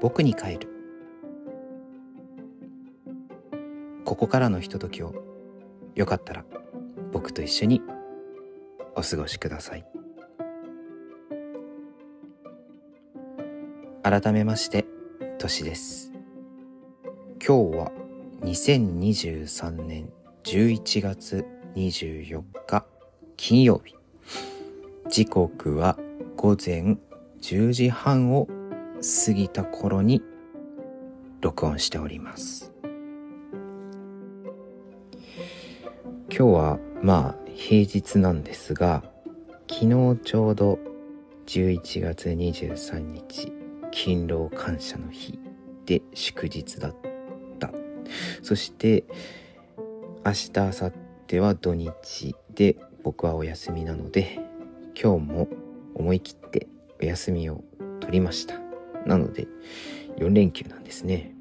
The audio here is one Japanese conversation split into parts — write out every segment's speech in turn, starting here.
僕に帰る。ここからのひとときをよかったら僕と一緒にお過ごしください。改めましてとしです。今日は2023年11月24日金曜日、時刻は午前10時半を過ぎた頃に録音しております。今日は平日なんですが、昨日ちょうど11月23日勤労感謝の日で祝日だった。そして明日明後日は土日で僕はお休みなので、今日も思い切ってお休みを取りました。なので4連休なんですね。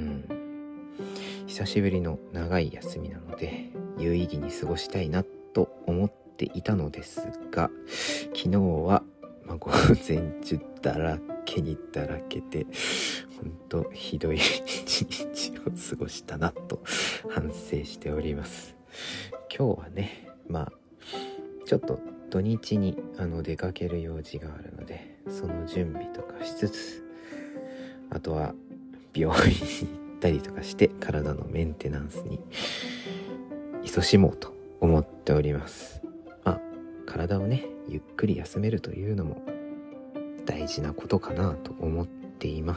久しぶりの長い休みなので有意義に過ごしたいなと思っていたのですが、昨日は午前中だらけて本当ひどい一日を過ごしたなと反省しております。今日はね、ちょっと土日に出かける用事があるので、その準備とかしつつ、あとは病院に行ったりとかして体のメンテナンスに勤しもうと思っております。体をねゆっくり休めるというのも大事なことかなと思っています。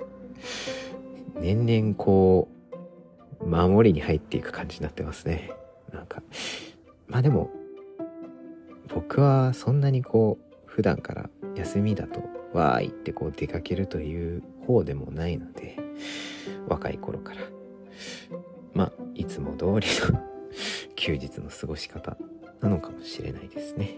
年々守りに入っていく感じになってますね。でも僕はそんなに普段から休みだとわーいって出かけるという方でもないので、若い頃からいつも通りの休日の過ごし方なのかもしれないですね。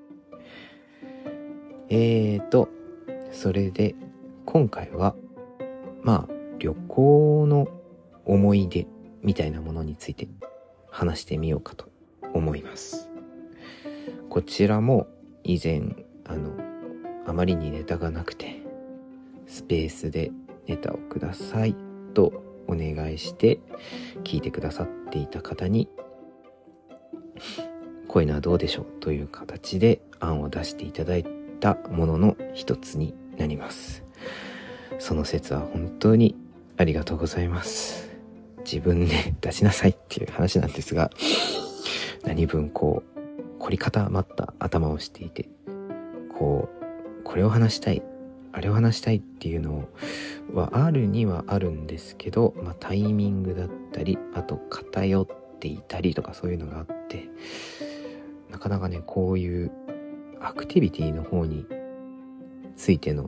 それで今回は旅行の思い出みたいなものについて話してみようかと思います。こちらも以前あまりにネタがなくて、スペースでネタをくださいとお願いして聞いてくださっていた方に、こういうのはどうでしょうという形で案を出していただいたものの一つになります。その説は本当にありがとうございます。自分で出しなさいっていう話なんですが、何分凝り固まった頭をしていて、これを話したいあれを話したいっていうのはあるにはあるんですけど、タイミングだったり、あと偏っていたりとかそういうのがあって、なかなかねこういうアクティビティの方についての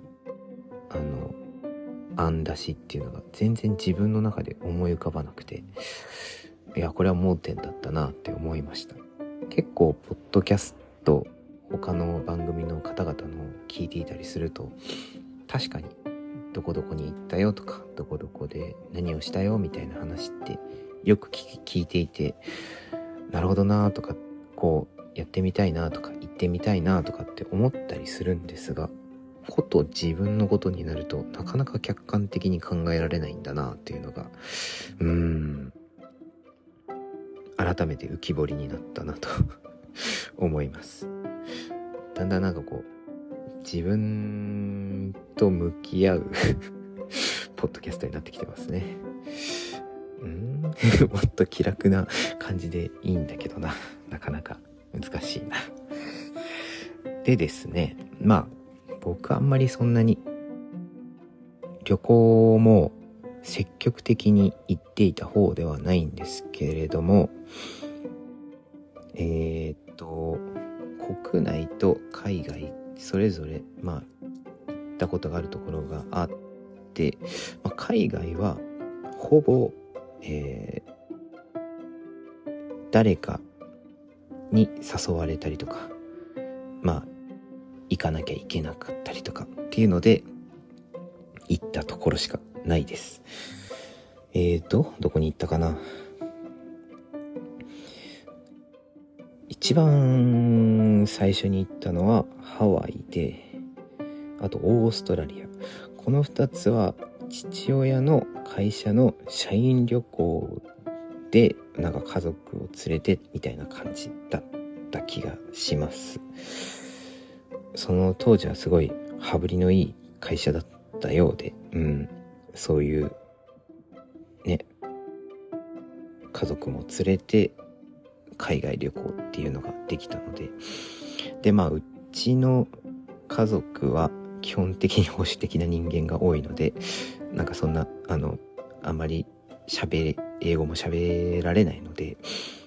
案出しっていうのが全然自分の中で思い浮かばなくて、これは盲点だったなって思いました。結構ポッドキャスト他の番組の方々の聞いていたりすると、確かにどこどこに行ったよとか、どこどこで何をしたよみたいな話ってよく聞いていて、なるほどなとか、やってみたいなとか行ってみたいなとかって思ったりするんですが、こと自分のことになるとなかなか客観的に考えられないんだなっていうのが改めて浮き彫りになったなと思います。だんだん自分と向き合うポッドキャストになってきてますね。もっと気楽な感じでいいんだけどなかなか難しいな。でですね、僕あんまりそんなに旅行も積極的に行っていた方ではないんですけれども、国内と海外それぞれ行ったことがあるところがあって、海外はほぼ、誰かに誘われたりとか、行かなきゃいけなかったりとかっていうので行ったところしかないです。どこに行ったかな。一番最初に行ったのはハワイで、あとオーストラリア。この2つは父親の会社の社員旅行でなんか家族を連れてみたいな感じだった気がします。その当時はすごい羽振りのいい会社だったようで、そういうね、家族も連れて海外旅行っていうのができたので、でうちの家族は基本的に保守的な人間が多いので、なんかそんなあんまり英語も喋られないので、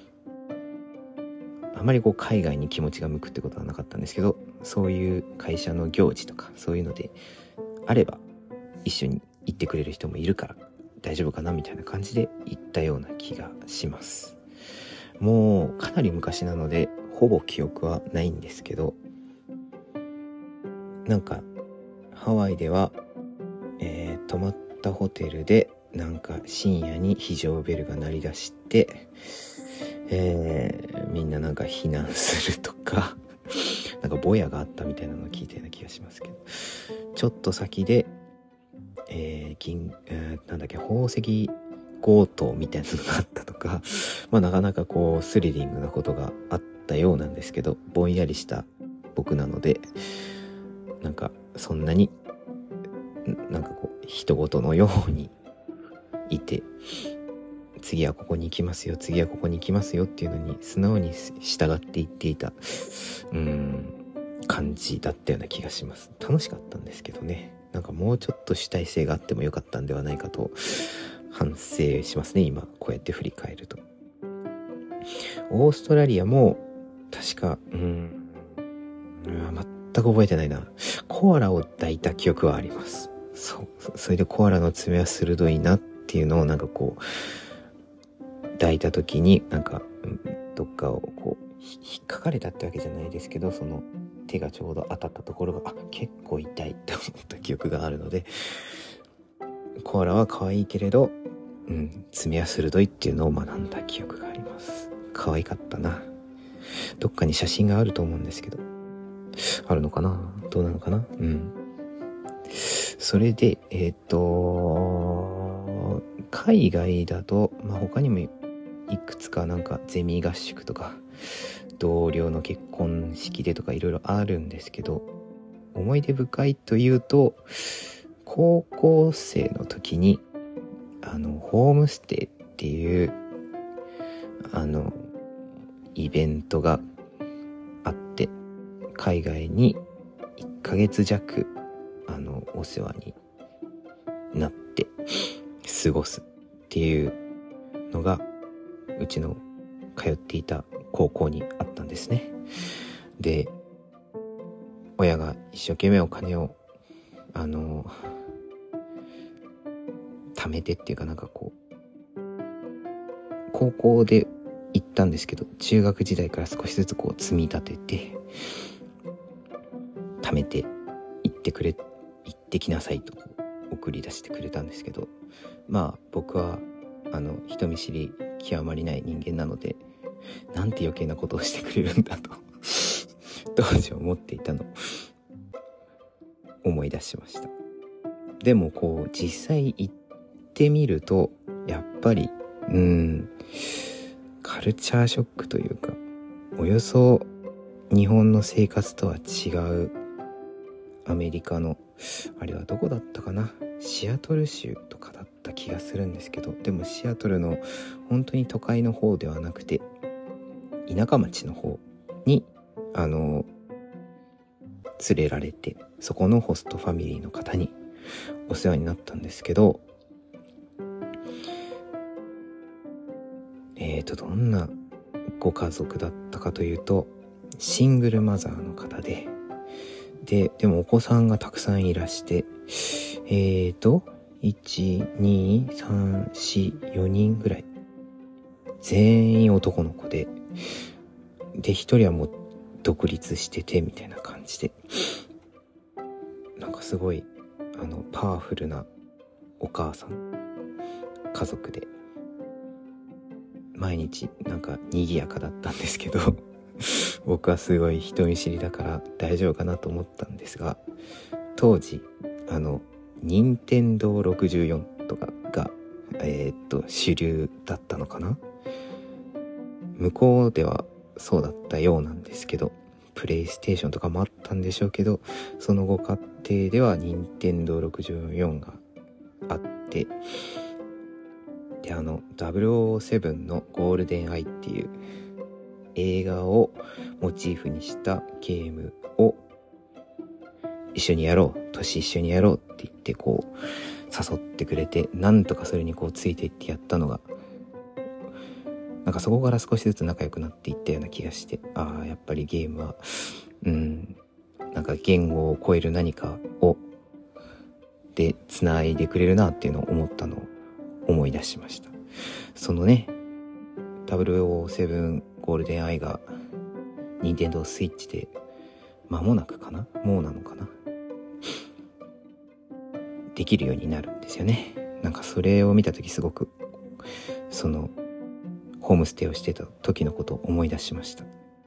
あまりこう海外に気持ちが向くってことはなかったんですけど、そういう会社の行事とかそういうのであれば一緒に行ってくれる人もいるから大丈夫かなみたいな感じで行ったような気がします。もうかなり昔なのでほぼ記憶はないんですけど、なんかハワイでは、泊まったホテルでなんか深夜に非常ベルが鳴り出して、みんななんか避難するとかなんかぼやがあったみたいなのを聞いたような気がしますけど、ちょっと先で、宝石強盗みたいなのがあったとか、なかなかこうスリリングなことがあったようなんですけど、ぼんやりした僕なのでなんかそんなになんかこう人事のようにいて、次はここに行きますよ、次はここに行きますよっていうのに素直に従っていっていた感じだったような気がします。楽しかったんですけどね、なんかもうちょっと主体性があってもよかったんではないかと反省しますね、今こうやって振り返ると。オーストラリアも確か全く覚えてないな。コアラを抱いた記憶はあります。それでコアラの爪は鋭いなっていうのをなんかこう抱いた時になんか、どっかをこう引っかかれたってわけじゃないですけど、その手がちょうど当たったところが結構痛いって思った記憶があるので、コアラは可愛いけれど、爪は鋭いっていうのを学んだ記憶があります。可愛かったな。どっかに写真があると思うんですけど、あるのかな、どうなのかな。それで海外だと他にもいくつかなんかゼミ合宿とか同僚の結婚式でとかいろいろあるんですけど、思い出深いというと高校生の時にホームステイっていうイベントがあって、海外に1ヶ月弱お世話になって過ごすっていうのがうちの通っていた高校にあったんですね。で、親が一生懸命お金を貯めてっていうか、なんかこう高校で行ったんですけど、中学時代から少しずつこう積み立てて貯めて行ってきなさいと送り出してくれたんですけど、僕は人見知り極まりない人間なので、なんて余計なことをしてくれるんだと当時思っていたのを思い出しました。でもこう実際行ってみるとやっぱりカルチャーショックというか、およそ日本の生活とは違うアメリカの、あれはどこだったかな、シアトル州とかだった気がするんですけど、でもシアトルの本当に都会の方ではなくて田舎町の方に連れられて、そこのホストファミリーの方にお世話になったんですけど、どんなご家族だったかというと、シングルマザーの方でもお子さんがたくさんいらして、1,2,3,4,4人ぐらい、全員男の子で一人はもう独立しててみたいな感じで、なんかすごいパワフルなお母さん家族で、毎日なんか賑やかだったんですけど僕はすごい人見知りだから大丈夫かなと思ったんですが、当時任天堂64とかが主流だったのかな。向こうではそうだったようなんですけど、プレイステーションとかもあったんでしょうけど、そのご家庭では任天堂64があって、で007のゴールデンアイっていう映画をモチーフにしたゲームを一緒にやろう、年一緒にやろうって言ってこう誘ってくれて、なんとかそれにこうついていってやったのが、なんかそこから少しずつ仲良くなっていったような気がして、やっぱりゲームはなんか言語を超える何かをで繋いでくれるなっていうのを思ったのを思い出しました。そのね、007ゴールデンアイが任天堂スイッチで間もなくかな、もうなのかな、できるようになるんですよね。なんかそれを見た時すごくそのホームステイをしてた時のことを思い出しました。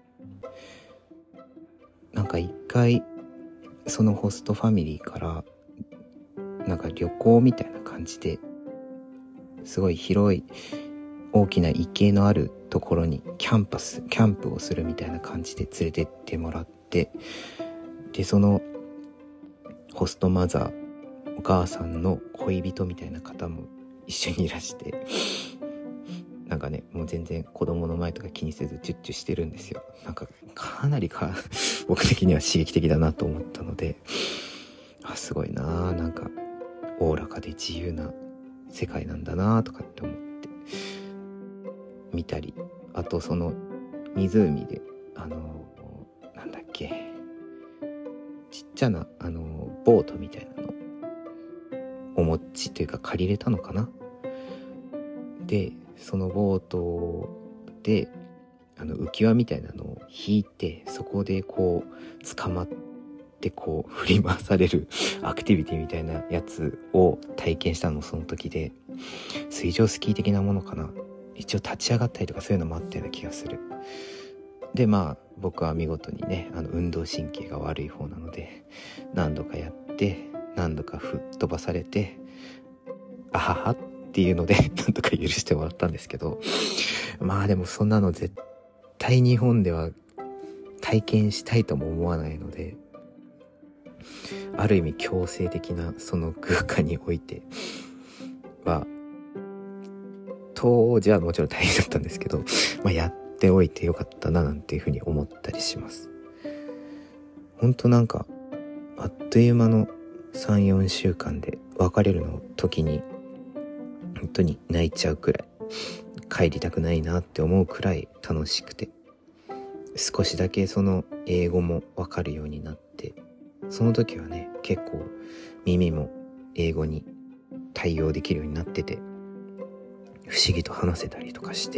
なんか一回そのホストファミリーからなんか旅行みたいな感じですごい広い大きな池のあるところにキャンプをするみたいな感じで連れてってもらって、でそのホストマザー、お母さんの恋人みたいな方も一緒にいらして、なんかね、もう全然子供の前とか気にせずチュッチュしてるんですよ。なんかかなり僕的には刺激的だなと思ったので、すごいな、なんかおおらかで自由な世界なんだなとかって思って見たり、あとその湖でなんだっけ、ちっちゃなボートみたいなのお持ちというか借りれたのかな。でそのボートで浮き輪みたいなのを引いて、そこでこう捕まってこう振り回されるアクティビティみたいなやつを体験したのその時で、水上スキー的なものかな、一応立ち上がったりとかそういうのもあったような気がする。で僕は見事にね運動神経が悪い方なので、何度かやって何度か吹っ飛ばされてあははっていうのでなんとか許してもらったんですけど、でもそんなの絶対日本では体験したいとも思わないので、ある意味強制的なその空間においては当時はもちろん大変だったんですけど、やっておいてよかったななんていうふうに思ったりします。ほんとなんかあっという間の 3,4 週間で別れるの時に本当に泣いちゃうくらい、帰りたくないなって思うくらい楽しくて、少しだけその英語もわかるようになって、その時はね結構耳も英語に対応できるようになってて、不思議と話せたりとかして、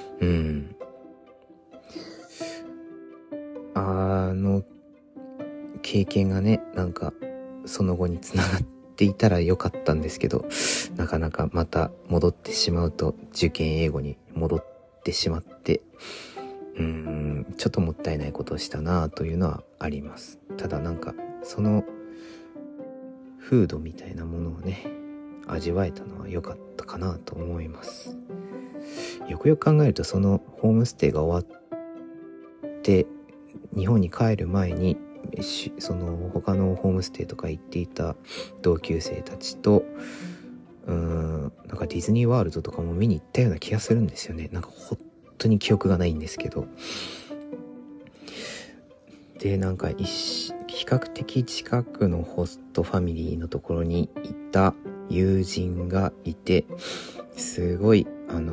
経験がねなんかその後につながっていたらよかったんですけど、なかなかまた戻ってしまうと受験英語に戻ってしまって、ちょっともったいないことをしたなというのはあります。ただなんかその風土みたいなものをね味わえたのは良かったかなと思います。よくよく考えると、そのホームステイが終わって日本に帰る前にその他のホームステイとか行っていた同級生たちとなんかディズニーワールドとかも見に行ったような気がするんですよね。なんか本当に記憶がないんですけど、でなんか比較的近くのホストファミリーのところにいた友人がいて、すごい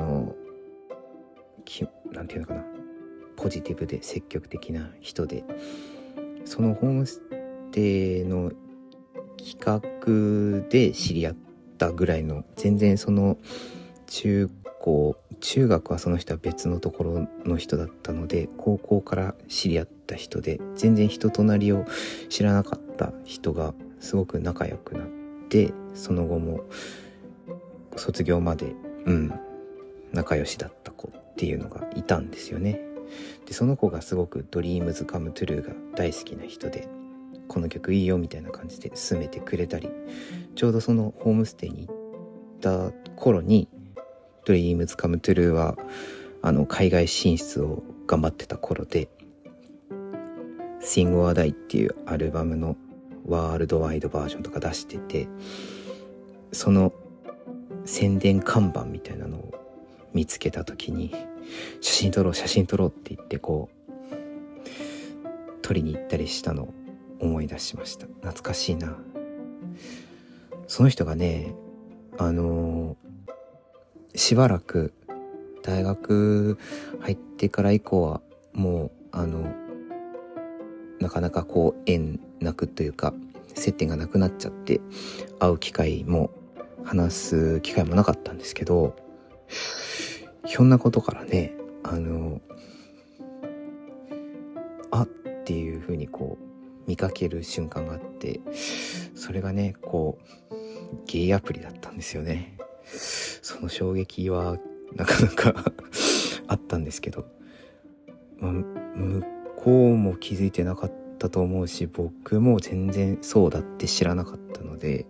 なんていうのかな、ポジティブで積極的な人で、そのホームステイの企画で知り合ったぐらいの、全然その中学はその人は別のところの人だったので、高校から知り合った人で、全然人となりを知らなかった人がすごく仲良くなって、その後も卒業まで仲良しだった子っていうのがいたんですよね。でその子がすごくドリームズカムトゥルーが大好きな人で、 この曲いいよみたいな感じで勧めてくれたり、ちょうどそのホームステイに行った頃にDreams Come Trueは海外進出を頑張ってた頃で、Sing or Die っていうアルバムのワールドワイドバージョンとか出してて、その宣伝看板みたいなのを見つけた時に、写真撮ろうって言ってこう撮りに行ったりしたのを思い出しました。懐かしいな。その人がね、しばらく大学入ってから以降はもうなかなかこう縁なくというか接点がなくなっちゃって、会う機会も話す機会もなかったんですけど、ひょんなことからね、っていう風にこう見かける瞬間があって、それがねこうゲイアプリだったんですよね。その衝撃はなかなかあったんですけど、向こうも気づいてなかったと思うし、僕も全然そうだって知らなかったので、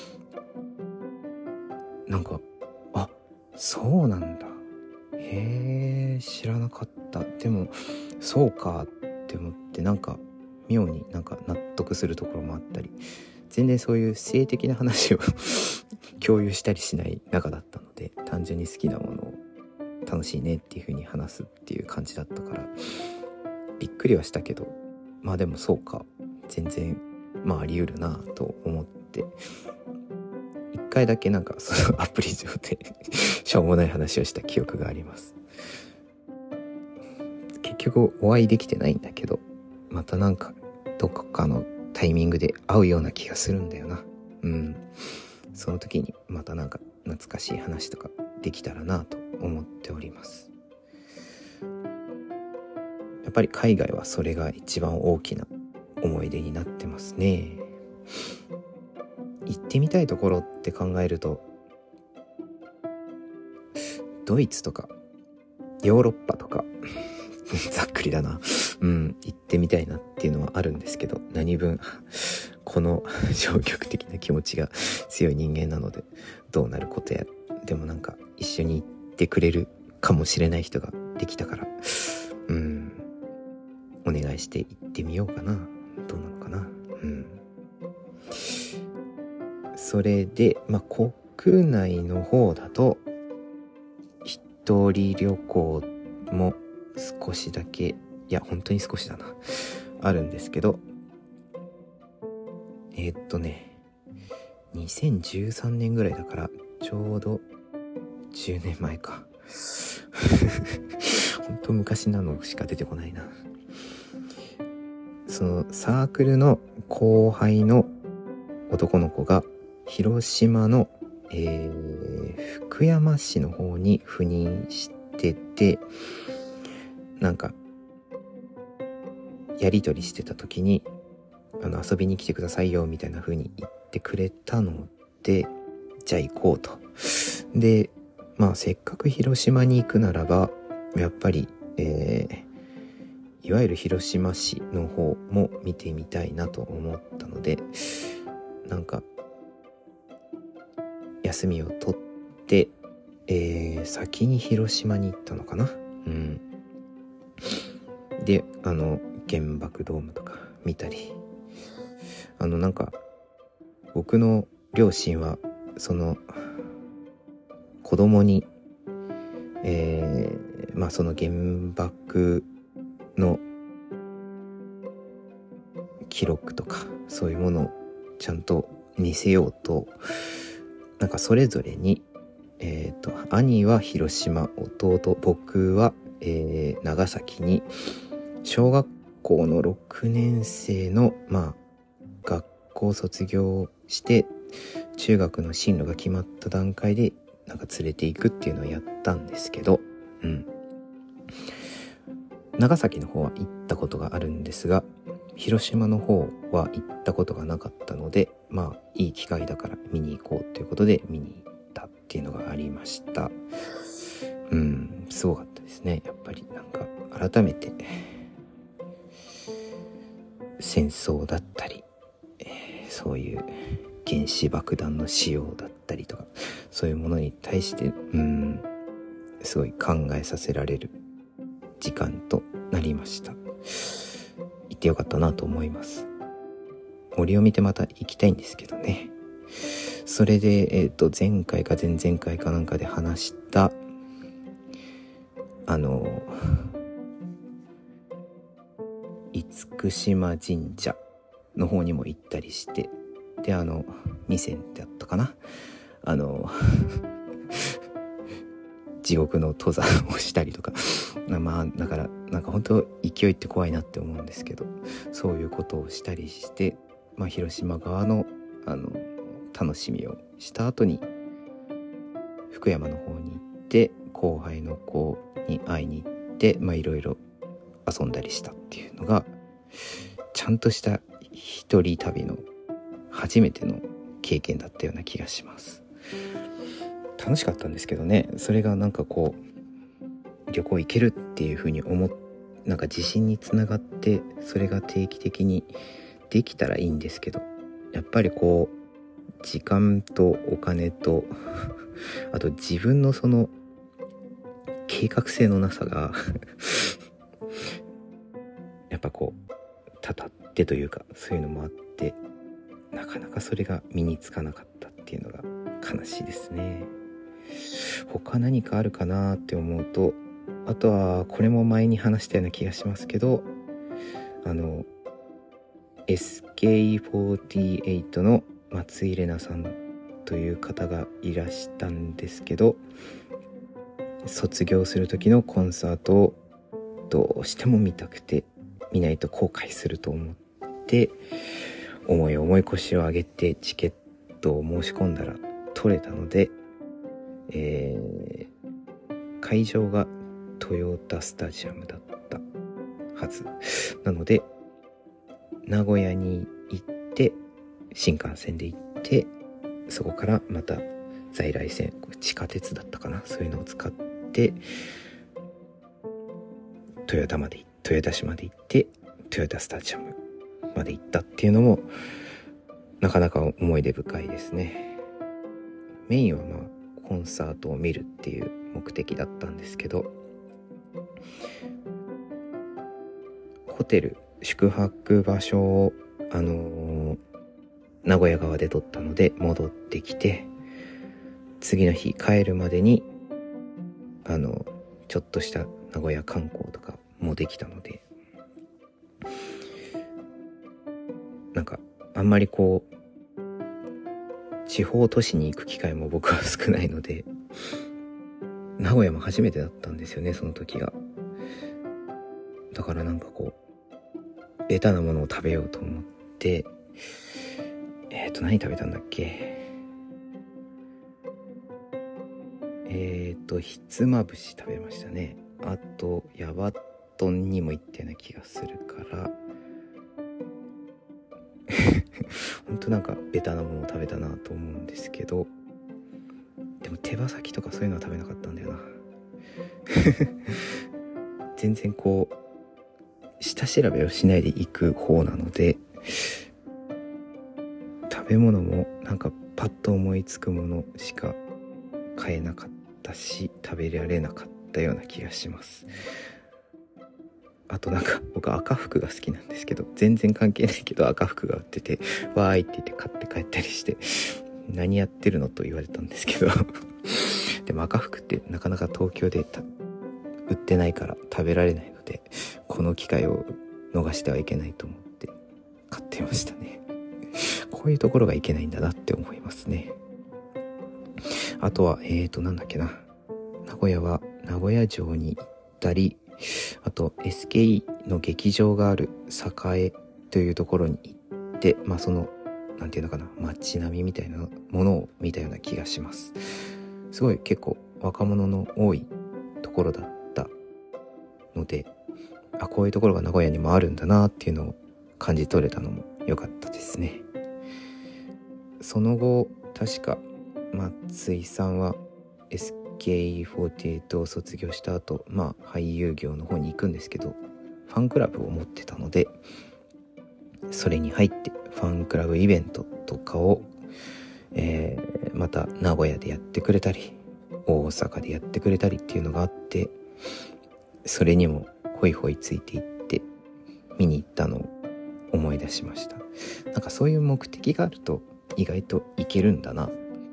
なんかそうなんだ、へえ知らなかった、でもそうかって思って、なんか妙になんか納得するところもあったり、全然そういう性的な話を共有したりしない仲だったので、単純に好きなものを楽しいねっていう風に話すっていう感じだったからびっくりはしたけど、まあでもそうか、全然まああり得るなと思って、一回だけなんかそのアプリ上でしょうもない話をした記憶があります。結局お会いできてないんだけど、またなんかどこかのタイミングで会うような気がするんだよな。その時にまたなんか懐かしい話とかできたらなと思っております。やっぱり海外はそれが一番大きな思い出になってますね。行ってみたいところって考えると、ドイツとかヨーロッパとかざっくりだな、行ってみたいなっていうのはあるんですけど、何分この消極的な気持ちが強い人間なのでどうなることや。でもなんか一緒に行ってくれるかもしれない人ができたから、お願いして行ってみようかな。どうなのかな。それで国内の方だと一人旅行も少しだけ、いや本当に少しだな、あるんですけど、2013年ぐらいだからちょうど10年前か本当昔なのしか出てこないな。そのサークルの後輩の男の子が広島の、福山市の方に赴任してて、なんかやり取りしてた時に遊びに来てくださいよみたいな風に言ってくれたので、じゃあ行こうと。でせっかく広島に行くならばやっぱり、いわゆる広島市の方も見てみたいなと思ったので、なんか休みを取って、先に広島に行ったのかな。で原爆ドームとか見たり、なんか僕の両親はその子供に、その原爆の記録とかそういうものをちゃんと見せようと、なんかそれぞれに、兄は広島、弟僕は、長崎に小学校の6年生の学校卒業して中学の進路が決まった段階でなんか連れていくっていうのをやったんですけど、長崎の方は行ったことがあるんですが、広島の方は行ったことがなかったので、いい機会だから見に行こうということで見に行ったっていうのがありました。すごかったですね。やっぱりなんか改めて戦争だったり、そういう原子爆弾の使用だったりとか、そういうものに対してすごい考えさせられる時間となりました。行ってよかったなと思います。森を見てまた行きたいんですけどね。それで前回か前々回かなんかで話した厳島神社の方にも行ったりして、で味仙だったかな、地獄の登山をしたりとかまあだからなんか本当勢いって怖いなって思うんですけど、そういうことをしたりして、広島側の楽しみをした後に福山の方に行って後輩の子に会いに行って、いろいろ遊んだりしたっていうのがちゃんとした一人旅の初めての経験だったような気がします。楽しかったんですけどね、それがなんかこう旅行行けるっていう風になんか自信につながって、それが定期的にできたらいいんですけど、やっぱりこう時間とお金とあと自分のその計画性のなさがやっぱこうたたってというか、そういうのもあって、なかなかそれが身につかなかったっていうのが悲しいですね。他何かあるかなって思うと、あとはこれも前に話したような気がしますけど、SK48 の松井玲奈さんという方がいらしたんですけど、卒業する時のコンサートをどうしても見たくて、見ないと後悔すると思って重い腰を上げてチケットを申し込んだら取れたので、会場がトヨタスタジアムだったはずなので、名古屋に行って新幹線で行って、そこからまた在来線、地下鉄だったかな、そういうのを使って豊田市まで行ってトヨタスタジアムまで行ったっていうのもなかなか思い出深いですね。メインはコンサートを見るっていう目的だったんですけど、ホテル宿泊場所を名古屋側で取ったので戻ってきて、次の日帰るまでにちょっとした名古屋観光とかもできたので、なんかあんまりこう地方都市に行く機会も僕は少ないので、名古屋も初めてだったんですよね、その時が。だからなんかこうベタなものを食べようと思って、何食べたんだっけ、ひつまぶし食べましたね。あとヤバトンにも行ったような気がするからほんとなんかベタなものを食べたなと思うんですけど、でも手羽先とかそういうのは食べなかったんだよな全然こう下調べをしないで行く方なので、食べ物もなんかパッと思いつくものしか買えなかったし、食べられなかったような気がします。あとなんか僕赤福が好きなんですけど、全然関係ないけど赤福が売っててわーいって言って買って帰ったりして、何やってるのと言われたんですけどでも赤福ってなかなか東京で売ってないから食べられないので、この機会を逃してはいけないと思って買ってましたね。こういうところがいけないんだなって思いますね。あとはなんだっけな、名古屋は名古屋城に行ったり、あと SKE の劇場がある栄というところに行って、そのなんていうのかな、街並みみたいなものを見たような気がします。すごい結構若者の多いところだったので、こういうところが名古屋にもあるんだなっていうのを感じ取れたのも良かったですね。その後確か松井さんは SK48 を卒業した後、俳優業の方に行くんですけど、ファンクラブを持ってたのでそれに入ってファンクラブイベントとかを、また名古屋でやってくれたり大阪でやってくれたりっていうのがあって、それにもホイホイついていって見に行ったのを思い出しました。なんかそういう目的があると意外といけるんだな、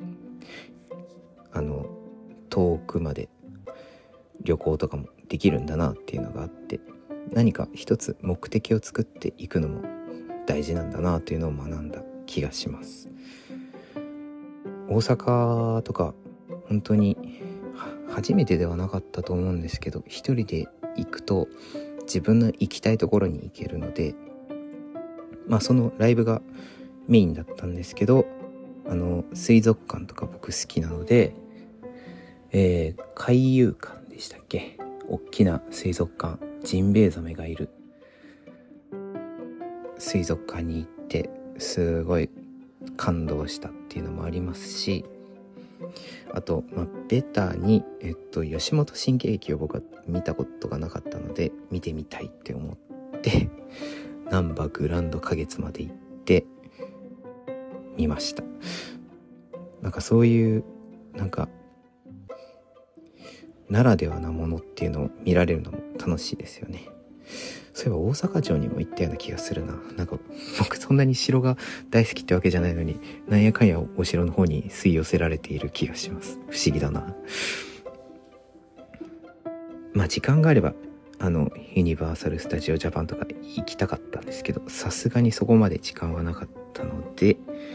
遠くまで旅行とかもできるんだなっていうのがあって、何か一つ目的を作っていくのも大事なんだなというのを学んだ気がします。大阪とか本当に初めてではなかったと思うんですけど、一人で行くと自分の行きたいところに行けるので、そのライブがメインだったんですけど、水族館とか僕好きなので、海遊館でしたっけ、大きな水族館、ジンベエザメがいる水族館に行ってすごい感動したっていうのもありますし、あと、ベタに、吉本新喜劇を僕は見たことがなかったので見てみたいって思って難波グランド花月まで行って見ました。なんかそういうならではなものっていうのを見られるのも楽しいですよね。そういえば大阪城にも行ったような気がするな。なんか僕そんなに城が大好きってわけじゃないのに、なんやかんやお城の方に吸い寄せられている気がします。不思議だな。時間があればユニバーサル・スタジオ・ジャパンとか行きたかったんですけど、さすがにそこまで時間はなかったので、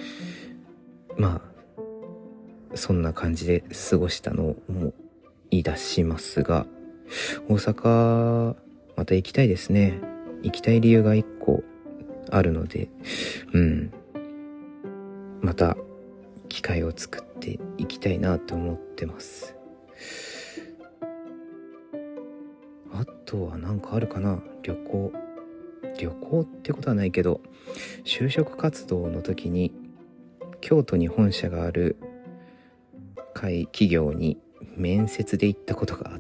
そんな感じで過ごしたのを思い出しますが、大阪また行きたいですね。行きたい理由が一個あるので、また機会を作っていきたいなと思ってます。あとは何かあるかな。旅行ってことはないけど、就職活動の時に京都に本社がある企業に面接で行ったことがあって、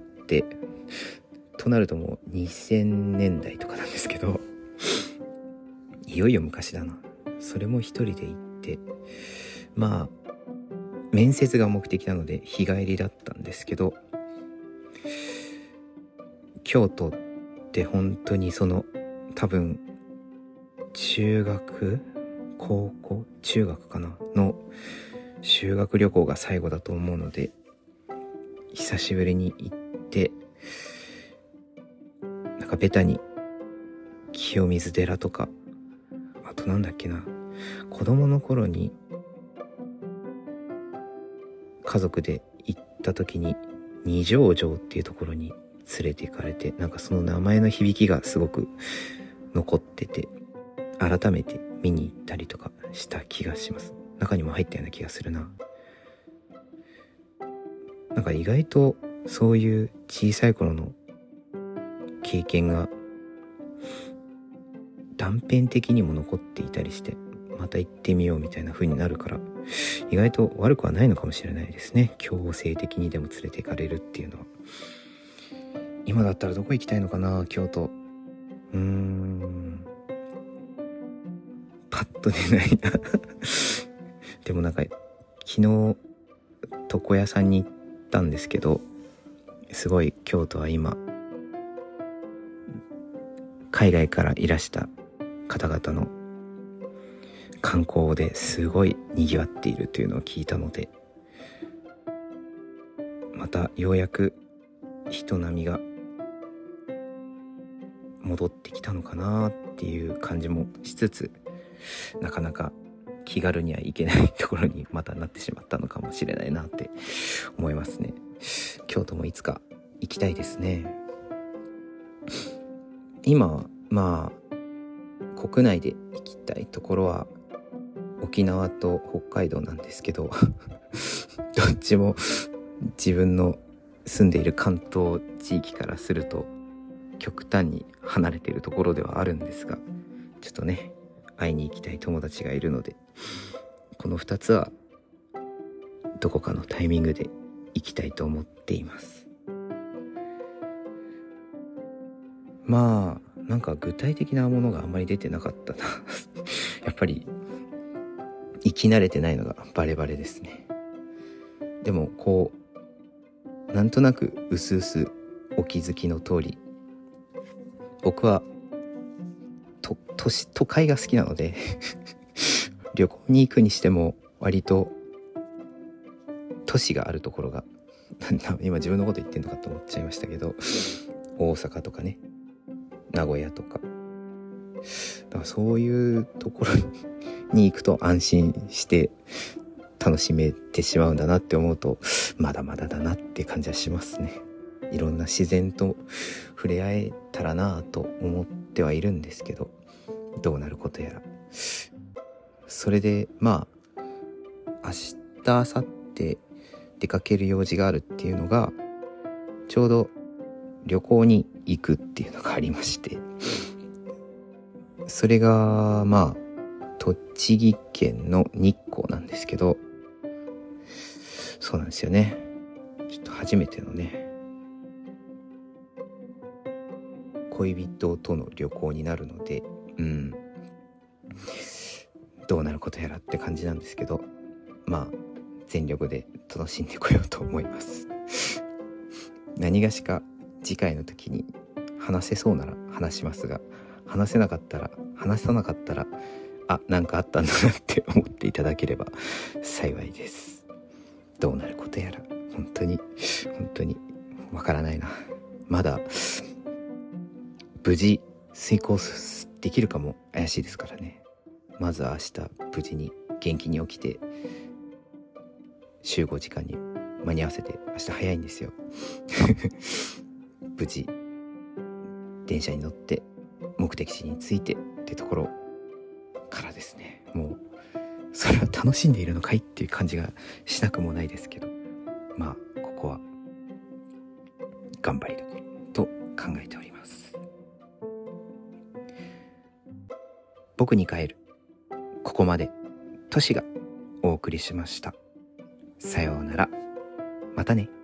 となるともう2000年代とかなんですけど、いよいよ昔だな。それも一人で行って、面接が目的なので日帰りだったんですけど、京都って本当に多分中学かなの修学旅行が最後だと思うので、久しぶりに行って、ベタに清水寺とか、あと子供の頃に家族で行った時に二条城っていうところに連れて行かれて、その名前の響きがすごく残ってて、改めて見に行ったりとかした気がします。中にも入ったような気がするな。意外とそういう小さい頃の経験が断片的にも残っていたりして、また行ってみようみたいな風になるから、意外と悪くはないのかもしれないですね。強制的にでも連れて行かれるっていうのは。今だったらどこ行きたいのかな、京都。パッと出ないなでも昨日床屋さんに行ったんですけど、すごい京都は今海外からいらした方々の観光ですごい賑わっているというのを聞いたので、またようやく人並みが戻ってきたのかなっていう感じもしつつ、なかなか気軽には行けないところにまたなってしまったのかもしれないなって思いますね。京都もいつか行きたいですね。今国内で行きたいところは沖縄と北海道なんですけどどっちも自分の住んでいる関東地域からすると極端に離れているところではあるんですが、ちょっとね、会いに行きたい友達がいるので、この2つはどこかのタイミングで行きたいと思っています。 なんか具体的なものがあんまり出てなかったなやっぱり生き慣れてないのがバレバレですね。でもこうなんとなくうすうすお気づきの通り、僕は都会が好きなので旅行に行くにしても割と都市があるところが今自分のこと言ってんのかと思っちゃいましたけど、大阪とかね、名古屋とか、だからそういうところに行くと安心して楽しめてしまうんだなって思うと、まだまだだなって感じはしますね。いろんな自然と触れ合えたらなと思ってはいるんですけど、どうなることやら。それでまあ明日明後日出かける用事があるっていうのが、ちょうど旅行に行くっていうのがありまして、それがまあ栃木県の日光なんですけど、そうなんですよね。ちょっと初めてのね、恋人との旅行になるので、どうなることやらって感じなんですけど、まあ全力で楽しんでこようと思います何がしか次回の時に話せそうなら話しますが、話さなかったらなんかあったんだなって思っていただければ幸いです。どうなることやら本当にわからないな。まだ無事遂行できるかも怪しいですからね。まずは明日無事に元気に起きて集合時間に間に合わせて、明日早いんですよ無事電車に乗って目的地に着いてってところからですね。もうそれは楽しんでいるのかいっていう感じがしなくもないですけど、まあここは頑張りどころと考えております。僕に帰る、ここまでトシがお送りしました。さようなら、またね。